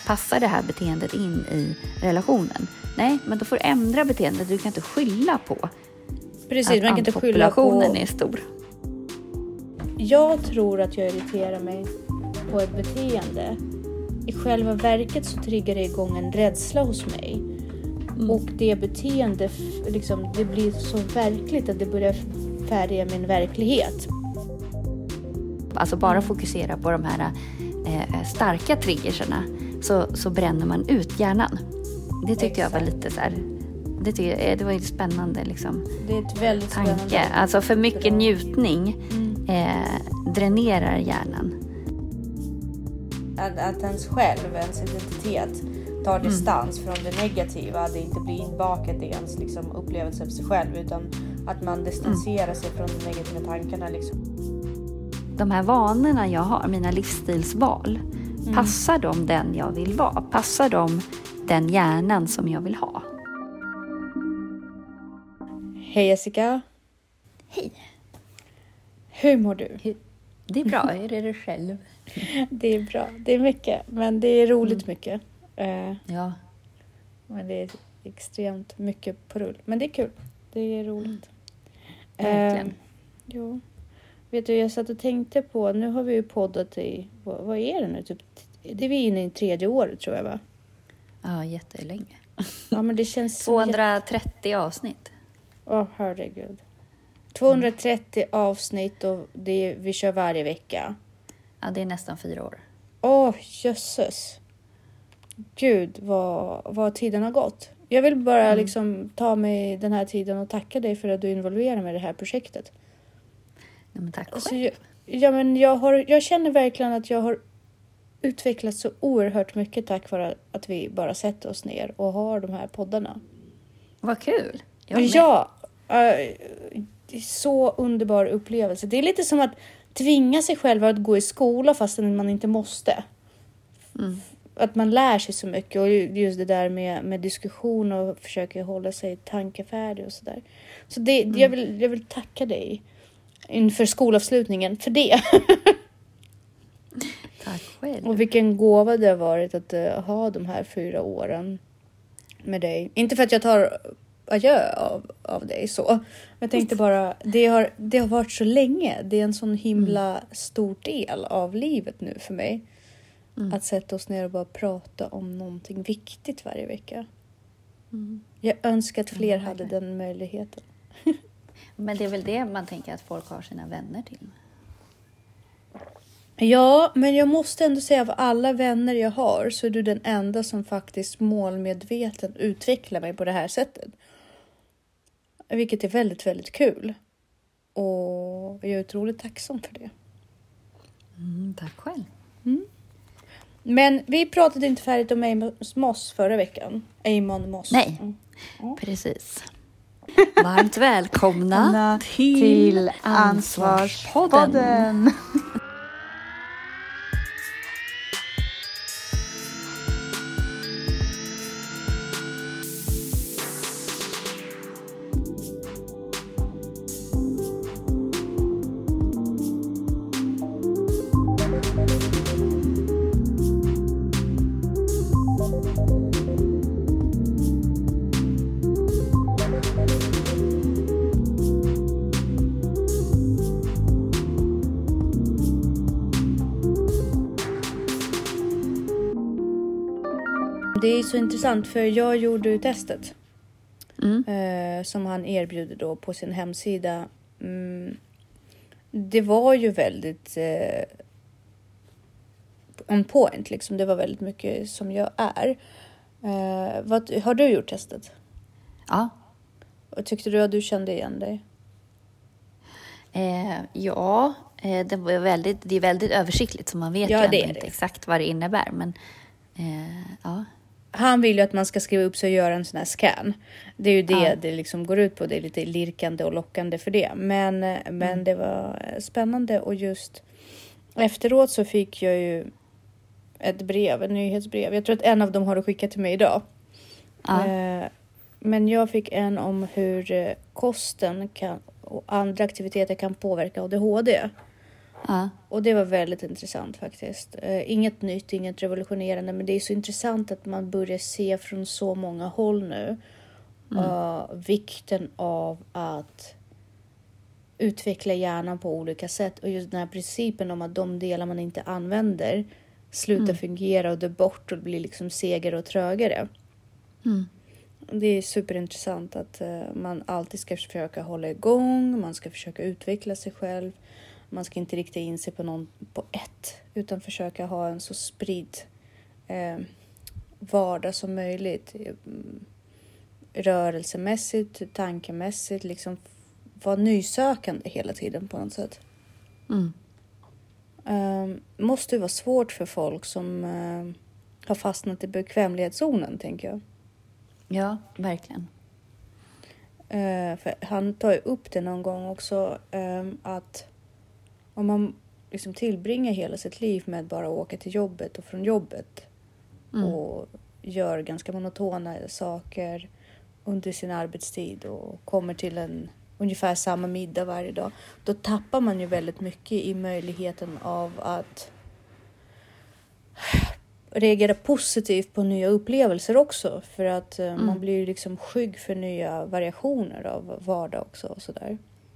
Passar det här beteendet in i relationen? Nej, men då får du ändra beteendet. Du kan inte skylla på Precis, att man kan inte skylla på... populationen är stor. Jag tror att jag irriterar mig på ett beteende. I själva verket så triggar det igång en rädsla hos mig. Och det beteende, liksom, det blir så verkligt att det börjar färga min verklighet. Alltså bara fokusera på de här starka triggerserna så bränner man ut hjärnan. Det tyckte jag var lite så här... Det var ju spännande liksom. Det är ett väldigt tanke. Spännande. Alltså för mycket njutning dränerar hjärnan. Att ens själv, ens identitet tar distans från det negativa. Det inte blir inbakat i ens liksom, upplevelse för sig själv. Utan att man distanserar sig från de negativa tankarna. Liksom. De här vanorna jag har, mina livsstilsval. Passar de den jag vill vara? Passar de den hjärnan som jag vill ha? Hej Jessica. Hej. Hur mår du? Det är bra, är det själv? Det är bra, det är mycket. Men det är roligt mycket. Ja. Men det är extremt mycket på rull. Men det är kul, det är roligt. Verkligen. Jo. Vet du, jag satt och tänkte på, nu har vi ju poddat i, vad är det nu? Typ, det är vi inne i 3:e året tror jag va? Ja, jättelänge. Ja, men det känns 230 avsnitt. Herregud. 230 avsnitt och vi kör varje vecka. Ja, det är nästan 4 år. Jösses. Gud, vad tiden har gått. Jag vill bara liksom ta mig den här tiden och tacka dig för att du involverar mig i det här projektet. Nej, men tack alltså, själv. Jag känner verkligen att jag har utvecklats så oerhört mycket tack vare att vi bara sätter oss ner och har de här poddarna. Vad kul. Ja, det är så underbar upplevelse. Det är lite som att tvinga sig själv att gå i skola fastän man inte måste. Att man lär sig så mycket och just det där med diskussion och försöker hålla sig tankefärdig och sådär. Så jag vill tacka dig inför skolavslutningen för det. Tack själv. Och vilken gåva det har varit att ha de här 4 åren med dig. Inte för att jag tar adjö av dig så. Men jag tänkte bara, det har varit så länge. Det är en sån himla stor del av livet nu för mig. Att sätta oss ner och bara prata om någonting viktigt varje vecka. Jag önskar att fler hade den möjligheten. Men det är väl det man tänker att folk har sina vänner till. Ja, men jag måste ändå säga av alla vänner jag har så är du den enda som faktiskt målmedvetet utvecklar mig på det här sättet. Vilket är väldigt, väldigt kul. Och jag är otroligt tacksam för det. Tack själv. Men vi pratade inte färdigt om Amos Moss förra veckan. Amon Moss. Nej, precis. Varmt välkomna till Ansvarspodden. Det är så intressant för jag gjorde ju testet. Som han erbjuder då på sin hemsida. Det var ju väldigt on point liksom. Det var väldigt mycket som jag är. Har du gjort testet? Ja. Och tyckte du att du kände igen dig? Ja, det är väldigt översiktligt så man vet ju ändå inte exakt vad det innebär. Men ja. Han vill ju att man ska skriva upp sig och göra en sån här scan. Det är ju det det liksom går ut på. Det är lite lirkande och lockande för det. Men det var spännande. Och just efteråt så fick jag ju ett nyhetsbrev. Jag tror att en av dem har du skickat till mig idag. Men jag fick en om hur kosten och andra aktiviteter kan påverka ADHD. Ja. Och det var väldigt intressant faktiskt. Inget nytt, inget revolutionerande, men det är så intressant att man börjar se från så många håll nu vikten av att utveckla hjärnan på olika sätt. Och just den här principen om att de delar man inte använder slutar fungera och dör bort och blir liksom segare och trögare. Det är superintressant att man alltid ska försöka hålla igång, man ska försöka utveckla sig själv. Man ska inte rikta in sig på ett, utan försöka ha en så spridd vardag som möjligt. Rörelsemässigt, tankemässigt, liksom vara nysökande hela tiden på något sätt. Måste vara svårt för folk som har fastnat i bekvämlighetszonen, tänker jag. Ja, verkligen. För han tar ju upp det någon gång också, att om man liksom tillbringar hela sitt liv med att bara åka till jobbet och från jobbet och gör ganska monotona saker under sin arbetstid och kommer till ungefär samma middag varje dag, då tappar man ju väldigt mycket i möjligheten av att reagera positivt på nya upplevelser också, för att man blir liksom skygg för nya variationer av vardag också och sådär.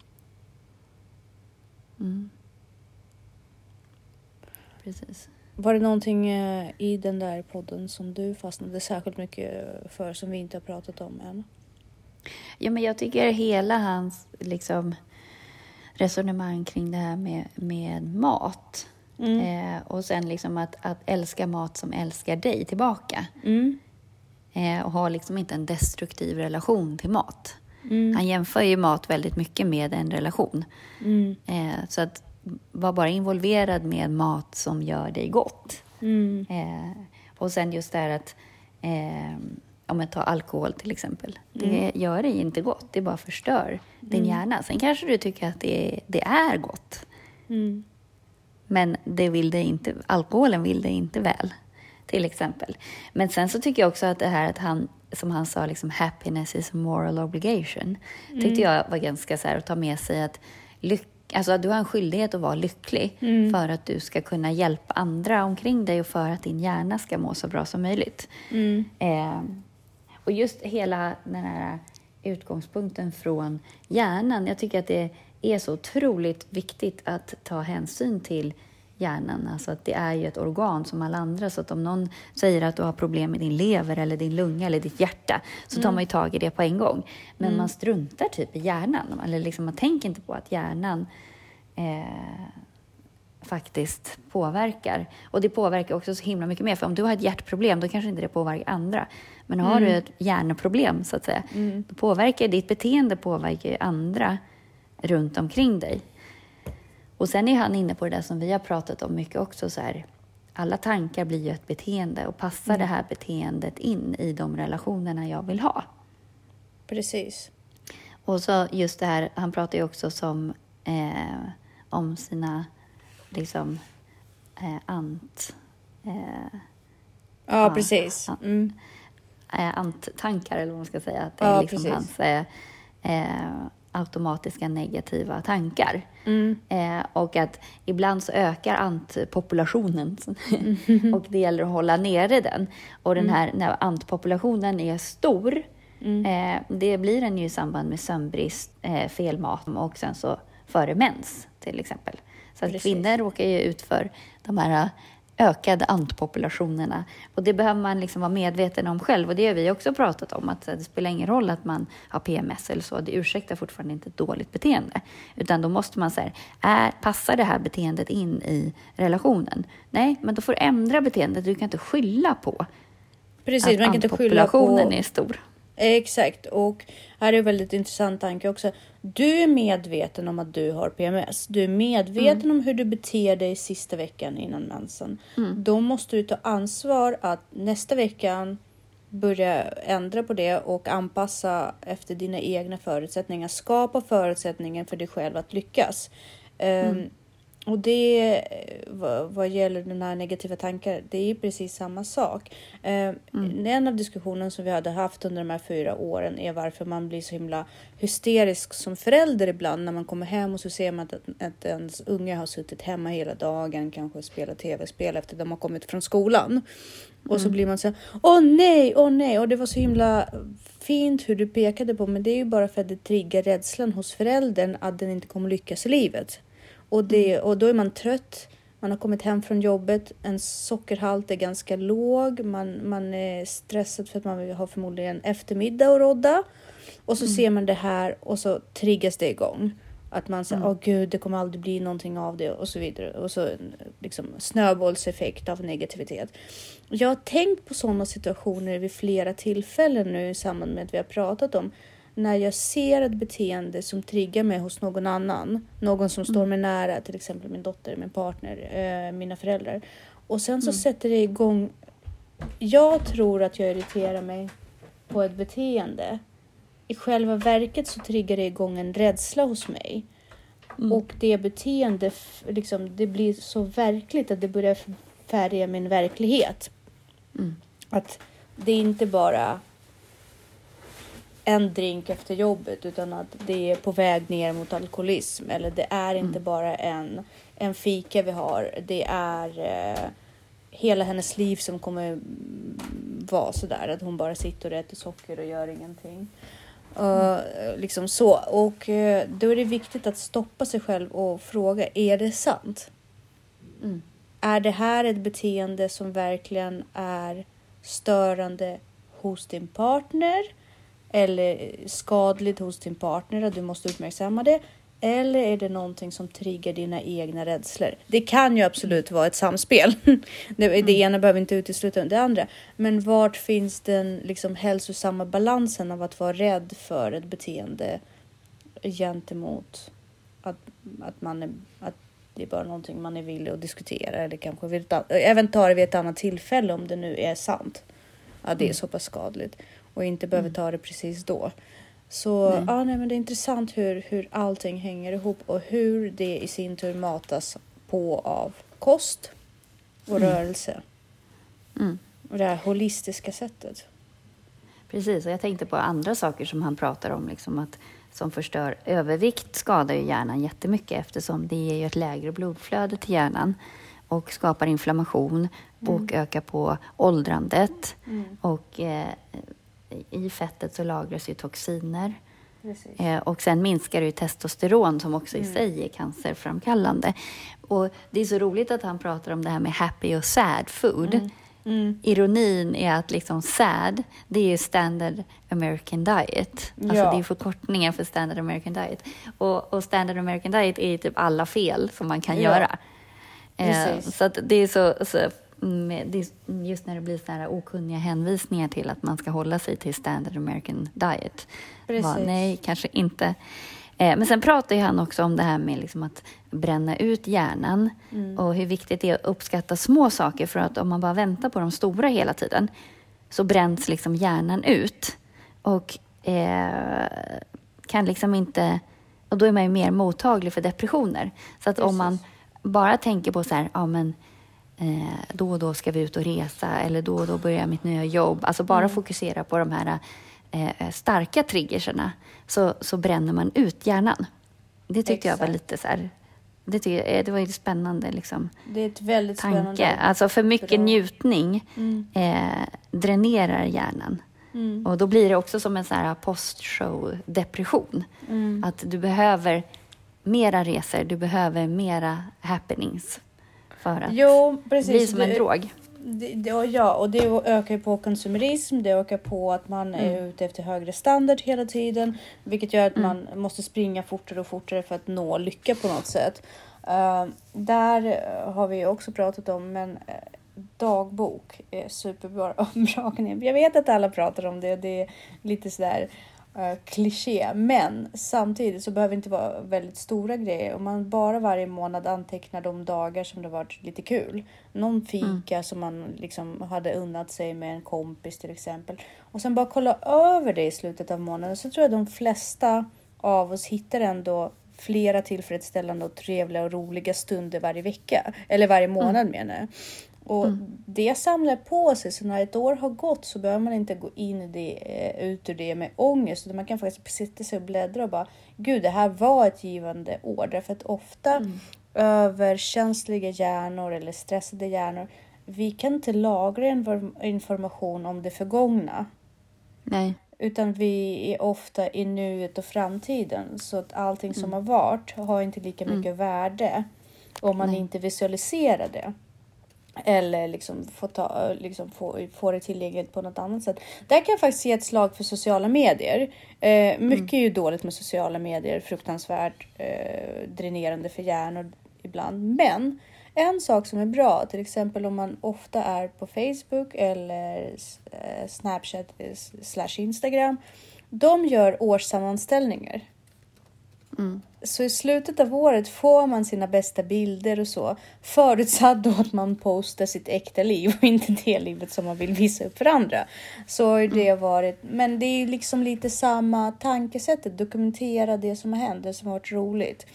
Precis. Var det någonting i den där podden som du fastnade särskilt mycket för som vi inte har pratat om än? Ja, men jag tycker hela hans liksom resonemang kring det här med mat. Och sen liksom att älska mat som älskar dig tillbaka. Och ha liksom inte en destruktiv relation till mat. Han jämför ju mat väldigt mycket med en relation. Så att var bara involverad med mat som gör dig gott. Och sen just det här att om jag tar alkohol till exempel. Det gör dig inte gott. Det bara förstör din hjärna. Sen kanske du tycker att det är gott. Men alkoholen vill dig inte väl. Till exempel. Men sen så tycker jag också att det här att han, som han sa, liksom, happiness is a moral obligation. Tyckte jag var ganska så här att ta med sig att alltså du har en skyldighet att vara lycklig för att du ska kunna hjälpa andra omkring dig och för att din hjärna ska må så bra som möjligt. Och just hela den här utgångspunkten från hjärnan. Jag tycker att det är så otroligt viktigt att ta hänsyn till hjärnan. Alltså att det är ju ett organ som alla andra. Så att om någon säger att du har problem med din lever eller din lunga eller ditt hjärta, så tar man ju tag i det på en gång. Men man struntar typ i hjärnan. Eller liksom, man tänker inte på att hjärnan faktiskt påverkar. Och det påverkar också så himla mycket mer. För om du har ett hjärtproblem, då kanske inte det påverkar andra. Men har du ett hjärnproblem så att säga, då påverkar ditt beteende påverkar andra runt omkring dig. Och sen är han inne på det där som vi har pratat om mycket också. Så här, alla tankar blir ju ett beteende. Och passar det här beteendet in i de relationerna jag vill ha? Precis. Och så just det här, han pratar ju också om sina liksom precis. Anttankar eller vad man ska säga. Att det är liksom hans automatiska negativa tankar. Och att ibland så ökar antpopulationen. Och det gäller att hålla nere den. Och den här, när antpopulationen är stor, det blir den ju i samband med sömnbrist, fel mat och sen så före mens till exempel. Så att kvinnor råkar ju ut för de här ökade antpopulationerna. Och det behöver man liksom vara medveten om själv. Och det har vi också pratat om. Att det spelar ingen roll att man har PMS eller så. Det ursäktar fortfarande inte ett dåligt beteende. Utan då måste man säga, passar det här beteendet in i relationen? Nej, men då får du ändra beteendet. Du kan inte skylla på Precis, att man kan inte skylla på... antpopulationen är stor. Exakt, och här är en väldigt intressant tanke också. Du är medveten om att du har PMS. Du är medveten om hur du beter dig sista veckan innan mensen. Då måste du ta ansvar att nästa veckan börja ändra på det och anpassa efter dina egna förutsättningar. Skapa förutsättningar för dig själv att lyckas. Och det, vad gäller den här negativa tankar, det är ju precis samma sak. En av diskussionerna som vi hade haft under de här 4 åren är varför man blir så himla hysterisk som förälder ibland när man kommer hem och så ser man att ens unga har suttit hemma hela dagen, kanske spelat tv-spel efter de har kommit från skolan. Och så blir man så här, åh nej, och det var så himla fint hur du pekade på, men det är ju bara för att det triggar rädslan hos föräldern att den inte kommer lyckas i livet. Och då är man trött, man har kommit hem från jobbet, en sockerhalt är ganska låg, man är stressad för att man har förmodligen eftermiddag att rodda. Och så ser man det här och så triggas det igång. Att man säger, åh gud, det kommer aldrig bli någonting av det och så vidare. Och så liksom snöbollseffekt av negativitet. Jag har tänkt på sådana situationer vid flera tillfällen nu i samband med att vi har pratat om. När jag ser ett beteende som triggar mig hos någon annan. Någon som står mig nära, till exempel min dotter, min partner, mina föräldrar. Och sen så sätter det igång. Jag tror att jag irriterar mig på ett beteende. I själva verket så triggar det igång en rädsla hos mig. Och det beteende, liksom, det blir så verkligt att det börjar färga min verklighet. Att det är inte bara en drink efter jobbet, utan att det är på väg ner mot alkoholism. Eller det är inte bara en fika vi har. Det är hela hennes liv som kommer vara sådär. Att hon bara sitter och äter socker och gör ingenting. Liksom så. Och då är det viktigt att stoppa sig själv och fråga, är det sant? Är det här ett beteende som verkligen är störande hos din partner? Eller skadligt hos din partner, att du måste uppmärksamma det? Eller är det någonting som triggar dina egna rädslor? Det kan ju absolut vara ett samspel. Det ena behöver inte utesluta det andra. Men vart finns den liksom hälsosamma balansen av att vara rädd för ett beteende gentemot att det är bara någonting man är villig att diskutera, eller kanske även ta det vid ett annat tillfälle om det nu är sant att det är så pass skadligt, och inte behöver ta det precis då. Så men det är intressant hur allting hänger ihop och hur det i sin tur matas på av kost och rörelse. Och det här holistiska sättet. Precis, och jag tänkte på andra saker som han pratar om, liksom att som förstör övervikt skadar ju hjärnan jättemycket, eftersom det ger ju ett lägre blodflöde till hjärnan och skapar inflammation och ökar på åldrandet. Och i fettet så lagras ju toxiner. Och sen minskar det ju testosteron som också i sig är cancerframkallande. Och det är så roligt att han pratar om det här med happy och sad food. Ironin är att liksom SAD, det är ju Standard American Diet. Alltså det är förkortningen för Standard American Diet. Och Standard American Diet är ju typ alla fel som man kan göra. Så att det är så det är just när det blir så här okunniga hänvisningar till att man ska hålla sig till Standard American Diet. Nej, kanske inte. Men sen pratar ju han också om det här med liksom att bränna ut hjärnan. Och hur viktigt det är att uppskatta små saker. För att om man bara väntar på de stora hela tiden så bränns liksom hjärnan ut. Och kan liksom inte... Och då är man ju mer mottaglig för depressioner. Så att om man bara tänker på så här... då och då ska vi ut och resa. Eller då och då börjar mitt nya jobb. Alltså bara fokusera på de här... starka triggerserna, så bränner man ut hjärnan. Det tyckte jag var lite så här, det var ju spännande liksom. Det är ett väldigt tanke. Spännande. Alltså för mycket njutning dränerar hjärnan. Och då blir det också som en så här postshow depression. Att du behöver mera resor, du behöver mera happenings för att bli som en drog. Och det ökar på konsumerism, det ökar på att man är ute efter högre standard hela tiden, vilket gör att man måste springa fortare och fortare för att nå lycka på något sätt. Där har vi också pratat om, men dagbok är superbra. Jag vet att alla pratar om det, det är lite sådär kliché, men samtidigt så behöver det inte vara väldigt stora grejer. Om man bara varje månad antecknar de dagar som det varit lite kul, någon fika som man liksom hade unnat sig med en kompis till exempel, och sen bara kolla över det i slutet av månaden, så tror jag de flesta av oss hittar ändå flera tillfredsställande och trevliga och roliga stunder varje vecka. Eller varje månad menar jag. Och det samlar på sig, så när ett år har gått så behöver man inte gå in i det, ut ur det med ångest. Utan man kan faktiskt sitta sig och bläddra och bara, gud, det här var ett givande år. Därför att ofta överkänsliga hjärnor eller stressade hjärnor, vi kan inte lagra information om det förgångna. Nej. Utan vi är ofta i nuet och framtiden. Så att allting som har varit har inte lika mycket värde om man inte visualiserar det. Eller liksom få det tillgängligt på något annat sätt. Där kan jag faktiskt ge ett slag för sociala medier. Mycket är ju dåligt med sociala medier. Fruktansvärt dränerande för hjärnor ibland. Men en sak som är bra, till exempel om man ofta är på Facebook eller Snapchat / Instagram. De gör årssammanställningar. Så i slutet av året får man sina bästa bilder och så. Förutsatt då att man postar sitt äkta liv och inte det livet som man vill visa upp för andra. Så har det varit, men det är liksom lite samma tankesättet. Dokumentera det som har hänt, det som har varit roligt.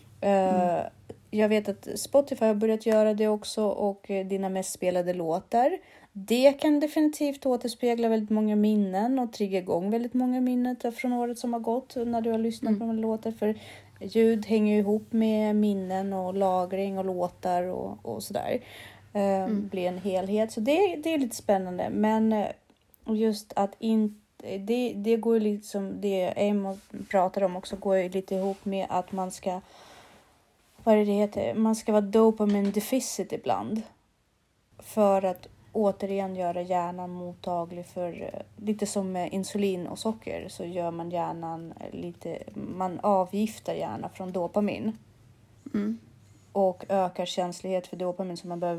Jag vet att Spotify har börjat göra det också, och dina mest spelade låtar. Det kan definitivt återspegla väldigt många minnen och trigga igång väldigt många minnen från året som har gått när du har lyssnat på de låtar. För ljud hänger ju ihop med minnen och lagring och låtar och sådär. Blir en helhet. Så det är lite spännande. Men just att det går liksom, det Amo pratar om också går ju lite ihop med att man ska, vad är det heter? Man ska vara dopamine deficit ibland. För att återigen göra hjärnan mottaglig för, lite som med insulin och socker, så gör man hjärnan lite, man avgiftar hjärnan från dopamin. Och ökar känslighet för dopamin, så man behöver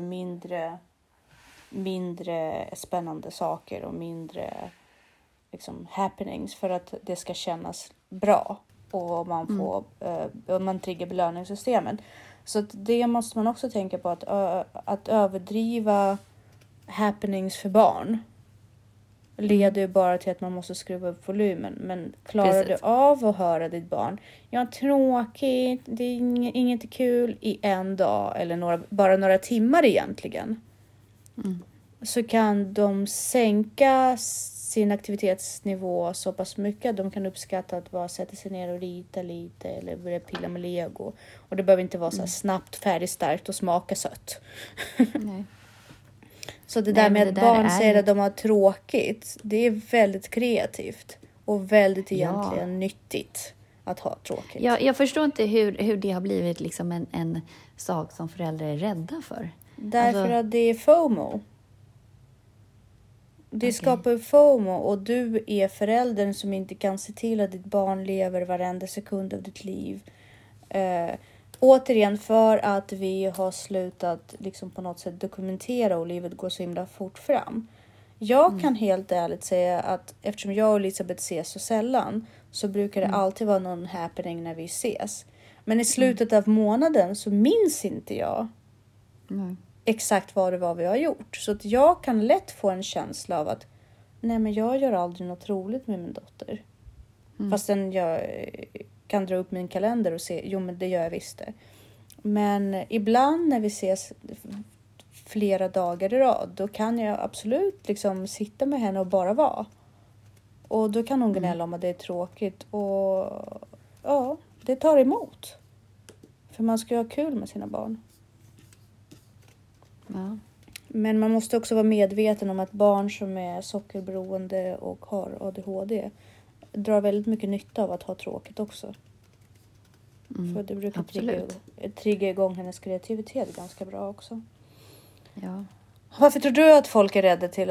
mindre spännande saker och mindre liksom happenings för att det ska kännas bra. Och man får man triggar belöningssystemet. Så att det måste man också tänka på, att överdriva happenings för barn leder ju bara till att man måste skruva upp volymen. Men klarar du av att höra ditt barn, ja, tråkigt, det är inget kul i en dag eller bara några timmar egentligen, så kan de sänka sin aktivitetsnivå så pass mycket att de kan uppskatta att bara sätta sig ner och rita lite eller börja pilla med Lego. Och det behöver inte vara så här snabbt, färdigstarkt och smaka sött. Nej. Så det där med att barn säger att de har tråkigt, det är väldigt kreativt och väldigt egentligen nyttigt att ha tråkigt. Jag förstår inte hur det har blivit liksom en sak som föräldrar är rädda för. Därför att det är FOMO. Det skapar FOMO, och du är föräldern som inte kan se till att ditt barn lever varenda sekund av ditt liv. Återigen, för att vi har slutat liksom på något sätt dokumentera och livet går så himla fort fram. Jag kan helt ärligt säga att eftersom jag och Elisabeth ses så sällan, så brukar det alltid vara någon happening när vi ses. Men i slutet av månaden så minns inte jag exakt vad det var vi har gjort. Så att jag kan lätt få en känsla av att nej, men jag gör aldrig något roligt med min dotter. Fastän jag kan dra upp min kalender och se, jo men det gör jag visst det. Men ibland när vi ses flera dagar i rad, då kan jag absolut liksom sitta med henne och bara vara. Och då kan hon gnälla om att det är tråkigt. Och ja, det tar emot. För man ska ha kul med sina barn. Ja. Men man måste också vara medveten om att barn som är sockerberoende och har ADHD drar väldigt mycket nytta av att ha tråkigt också. För det brukar trigga igång hennes kreativitet ganska bra också. Ja. Varför tror du att folk är rädda till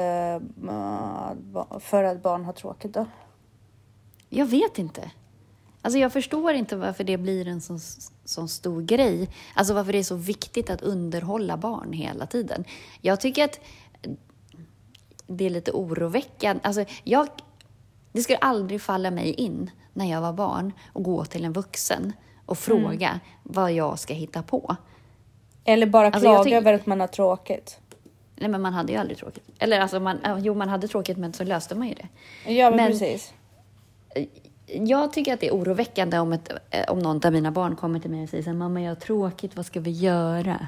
för att barn har tråkigt då? Jag vet inte. Alltså jag förstår inte varför det blir en sån stor grej. Alltså varför det är så viktigt att underhålla barn hela tiden. Jag tycker att det är lite oroväckande. Alltså det skulle aldrig falla mig in när jag var barn och gå till en vuxen och fråga vad jag ska hitta på. Eller bara klaga över att man har tråkigt. Nej, men man hade ju aldrig tråkigt. Eller alltså man hade tråkigt, men så löste man ju det. Ja, men precis. jag tycker att det är oroväckande om någon av mina barn kommer till mig och säger så här, mamma, jag har tråkigt, vad ska vi göra?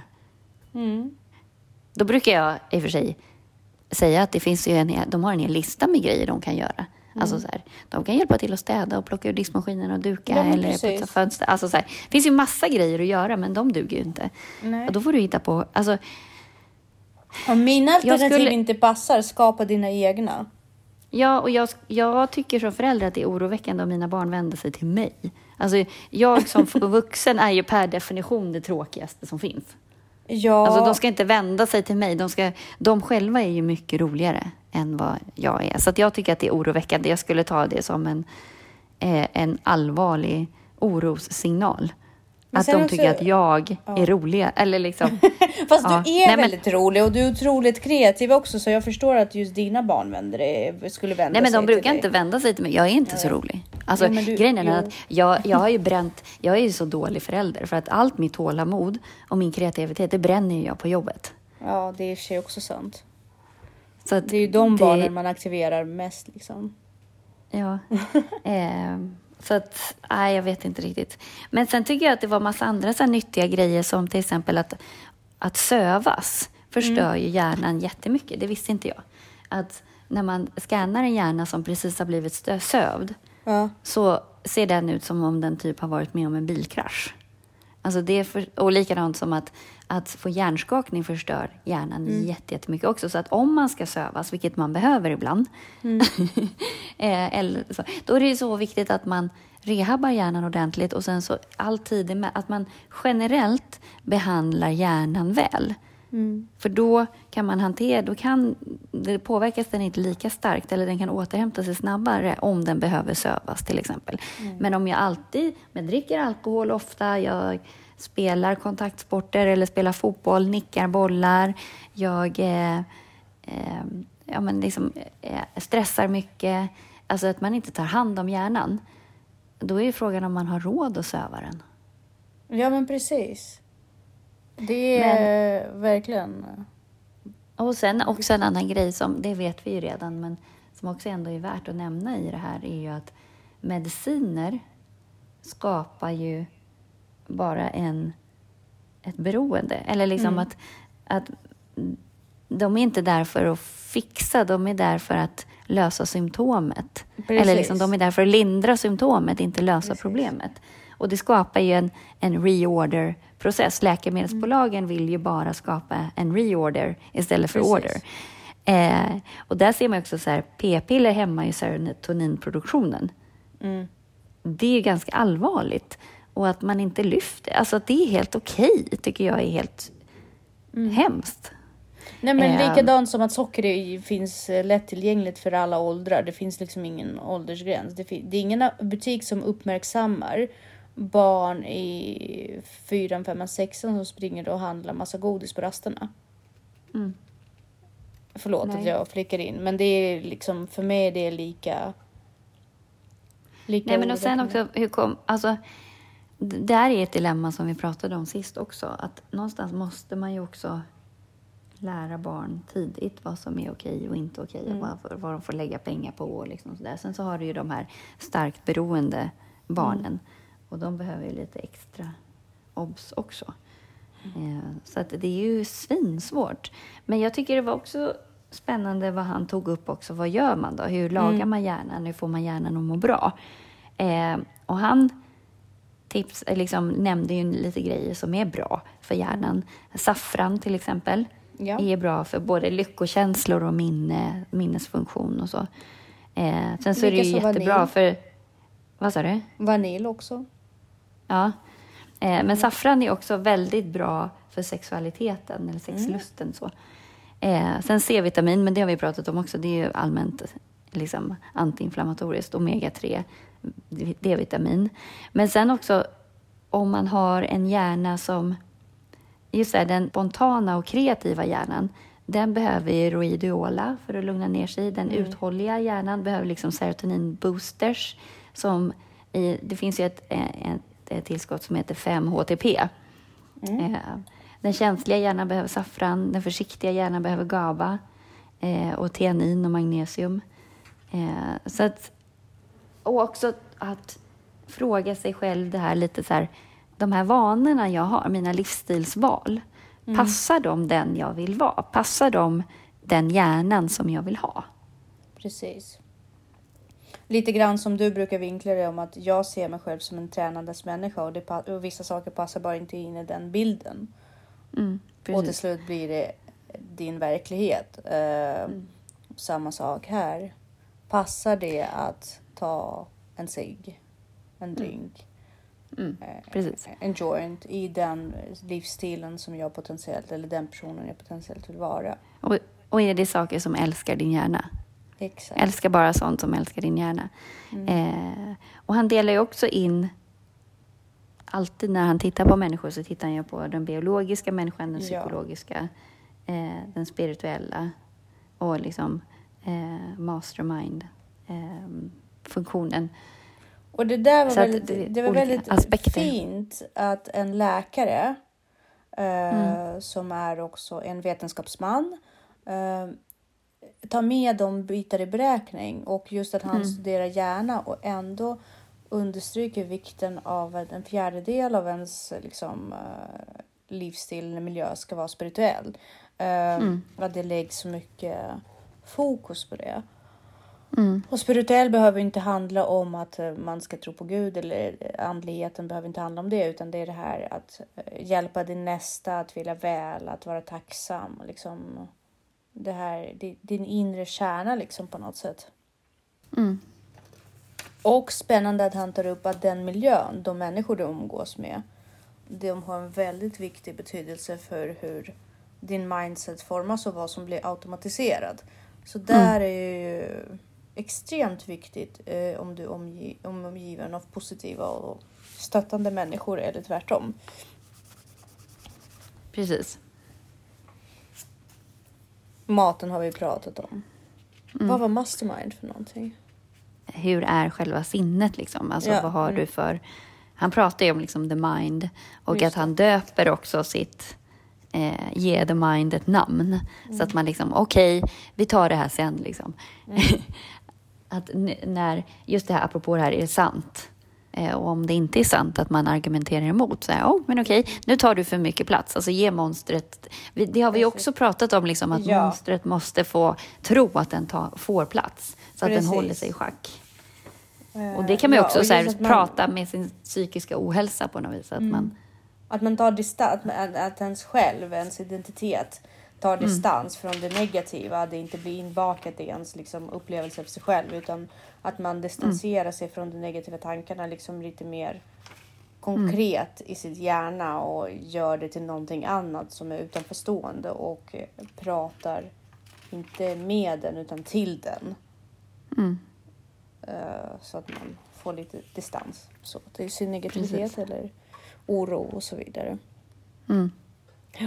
Då brukar jag i och för sig säga att det finns ju de har en hel lista med grejer de kan göra. Alltså så här, de kan hjälpa till att städa och plocka ur diskmaskinen och duka eller putsa fönster. Alltså så här, det finns ju massa grejer att göra, men de duger ju inte. Nej. Och då får du hitta på... Alltså, om mina alternativ inte passar, skapa dina egna. Ja, och jag tycker som förälder att det är oroväckande om mina barn vänder sig till mig. Alltså, jag som vuxen är ju per definition det tråkigaste som finns. Ja. Alltså, de ska inte vända sig till mig. De själva är ju mycket roligare än vad jag är. Så att jag tycker att det är oroväckande. Jag skulle ta det som en allvarlig orossignal. Att de tycker att jag är rolig. Eller liksom, fast du är väldigt rolig och du är otroligt kreativ också. Så jag förstår att just dina barn skulle vända sig till dig. Nej, men de brukar inte vända sig till mig. Jag är inte så rolig. Alltså, grejen är att jag har ju jag är ju så dålig förälder. För att allt mitt tålamod och min kreativitet, det bränner jag på jobbet. Ja, det är i och för sig också sant. Så att det är ju de barnen man aktiverar mest liksom. Ja. Så att, nej, jag vet inte riktigt. Men sen tycker jag att det var massa andra så här nyttiga grejer, som till exempel att sövas förstör ju hjärnan jättemycket. Det visste inte jag. Att när man scannar en hjärna som precis har blivit sövd, så ser den ut som om den typ har varit med om en bilkrasch. Alltså och likadant som att få hjärnskakning förstör hjärnan jättemycket också. Så att om man ska sövas, vilket man behöver ibland, eller så, då är det så viktigt att man rehabbar hjärnan ordentligt. Och sen så alltid med att man generellt behandlar hjärnan väl. För då kan man det påverkas den inte lika starkt, eller den kan återhämta sig snabbare om den behöver sövas till exempel. Men om jag dricker alkohol ofta, jag spelar kontaktsporter eller spelar fotboll, nickar bollar, jag stressar mycket, alltså att man inte tar hand om hjärnan, då är ju frågan om man har råd att söva den. Ja, men precis. Det är verkligen... Och sen också en annan grej, som det vet vi ju redan, men som också ändå är värt att nämna i det här, är ju att mediciner skapar ju bara ett beroende. Eller liksom att de är inte där för att fixa, de är där för att lösa symptomet. Precis. Eller liksom, de är där för att lindra symptomet, inte lösa problemet. Och det skapar ju en reorder-process. Läkemedelsbolagen vill ju bara skapa en reorder istället för order. Och där ser man också så här, p-piller hämmar ju serotoninproduktionen. Det är ju ganska allvarligt. Och att man inte lyfter, alltså att det är helt okej, tycker jag är helt hemskt. Nej, men likadant som att socker finns lättillgängligt för alla åldrar. Det finns liksom ingen åldersgräns. Det är ingen butik som uppmärksammar barn i 4, 5, 6 som springer och handlar massa godis på rasterna. Förlåt att jag flickar in, men det är liksom, för mig det är lika Nej, men och sen också, det här är ett dilemma som vi pratade om sist också. Att någonstans måste man ju också lära barn tidigt vad som är okej och inte okej. Vad de får lägga pengar på och liksom sådär. Sen så har du ju de här starkt beroende barnen. Och de behöver ju lite extra obs också. Så att det är ju svinsvårt. Men jag tycker det var också spännande vad han tog upp också. Vad gör man då? Hur lagar man hjärnan? Hur får man hjärnan att må bra? Och han nämnde ju lite grejer som är bra för hjärnan. Saffran till exempel är bra för både lyckokänslor och minnesfunktion och så. Sen så är det ju jättebra för... Vad sa du? Vanilj också. Ja. Men saffran är också väldigt bra för sexualiteten eller sexlusten. Så. Sen C-vitamin, men det har vi pratat om också. Det är ju allmänt liksom antiinflammatoriskt. Omega-3, D-vitamin. Men sen också om man har en hjärna som... Just det, den spontana och kreativa hjärnan. Den behöver ju roidiola för att lugna ner sig. Den uthålliga hjärnan behöver liksom serotoninboosters. Det finns ju ett tillskott som heter 5-HTP. Den känsliga hjärnan behöver saffran. Den försiktiga hjärnan behöver GABA. Och tianin och magnesium. Så att Och också att fråga sig själv det här lite så här, de här vanorna jag har, mina livsstilsval, passar de den jag vill vara? Passar de den hjärnan som jag vill ha? Precis. Lite grann som du brukar vinkla det om att jag ser mig själv som en tränandes människa och vissa saker passar bara inte in i den bilden. Och till slut blir det din verklighet. Samma sak här. Passar det att ta en cigg, en drink, en joint i den livsstilen som jag potentiellt, eller den personen jag potentiellt vill vara? Och är det saker som älskar din hjärna? Exakt. Älskar bara sånt som älskar din hjärna. Och han delar ju också in, alltid när han tittar på människor så tittar han ju på den biologiska människan, den psykologiska, den spirituella och liksom mastermind funktionen. Och det där var så väldigt, det var väldigt fint att en läkare som är också en vetenskapsman tar med de bitar i beräkning, och just att han studerar hjärna och ändå understryker vikten av att en fjärdedel av ens liksom, livsstil eller miljö ska vara spirituell. Att det läggs så mycket fokus på det. Och spirituell behöver inte handla om att man ska tro på Gud, eller andligheten behöver inte handla om det, utan det är det här att hjälpa din nästa, att vilja väl, att vara tacksam, liksom det här, din inre kärna liksom på något sätt. Och spännande att han tar upp att den miljön, de människor du umgås med, de har en väldigt viktig betydelse för hur din mindset formas och vad som blir automatiserad. Så där är ju extremt viktigt om du är omgiven av positiva och stöttande människor, eller tvärtom. Precis. Maten har vi pratat om. Vad var mastermind för någonting? Hur är själva sinnet liksom? Alltså vad har du för... Han pratar ju om liksom the mind. Och just att han döper också sitt... ge the mind ett namn. Så att man liksom, okej, vi tar det här sen liksom. Att när, just det här, apropå det här, är det sant? Och om det inte är sant, att man argumenterar emot. Så här, men okej, nu tar du för mycket plats. Alltså ge monstret... Det har vi också pratat om, liksom, att monstret måste få tro att den får plats. Så att den håller sig i schack. Och det kan man ju också så här, prata med sin psykiska ohälsa på något vis. Att man tar distans, att ens identitet tar distans från det negativa. Det inte blir inbakat i ens liksom, upplevelse för sig själv. Utan att man distanserar sig från de negativa tankarna liksom lite mer konkret i sitt hjärna. Och gör det till någonting annat som är utanförstående. Och pratar inte med den utan till den. Så att man får lite distans. Så till sin negativitet eller oro och så vidare. Ja.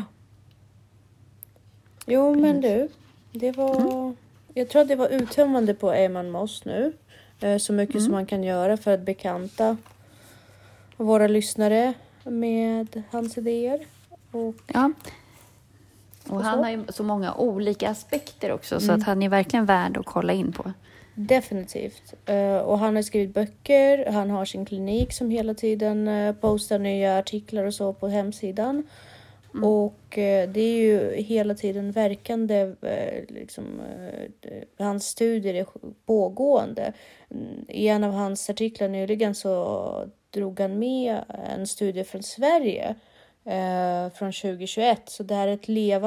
Jo, men du. Det var... Jag tror att det var uttömmande på Eman Moss nu. Så mycket som man kan göra för att bekanta våra lyssnare med hans idéer. Och han har ju så många olika aspekter också. Så att han är verkligen värd att kolla in på. Definitivt. Och han har skrivit böcker. Han har sin klinik som hela tiden postar nya artiklar och så på hemsidan. Och det är ju hela tiden verkande. Hans studier är pågående. I en av hans artiklar nyligen så drog han med en studie från Sverige. Från 2021. Så det här är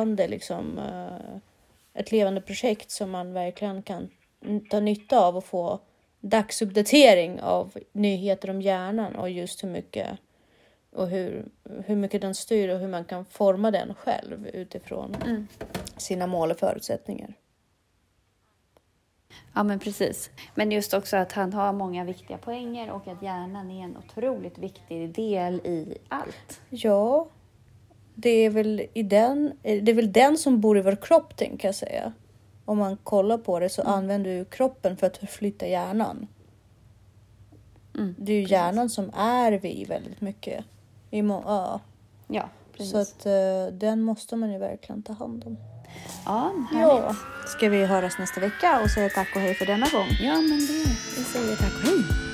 ett levande projekt som man verkligen kan ta nytta av och få dagsuppdatering av nyheter om hjärnan och just hur mycket den styr och hur man kan forma den själv utifrån sina mål och förutsättningar. Ja, men precis. Men just också att han har många viktiga poänger och att hjärnan är en otroligt viktig del i allt. Ja, det är väl den som bor i vår kropp, tänker jag säga. Om man kollar på det så använder du kroppen för att förflytta hjärnan. Det är ju hjärnan som är vi väldigt mycket. Ja, precis. Så att den måste man ju verkligen ta hand om. Ja, härligt. Ja. Ska vi höras nästa vecka och säga tack och hej för denna gång? Ja, men vi säger tack och hej.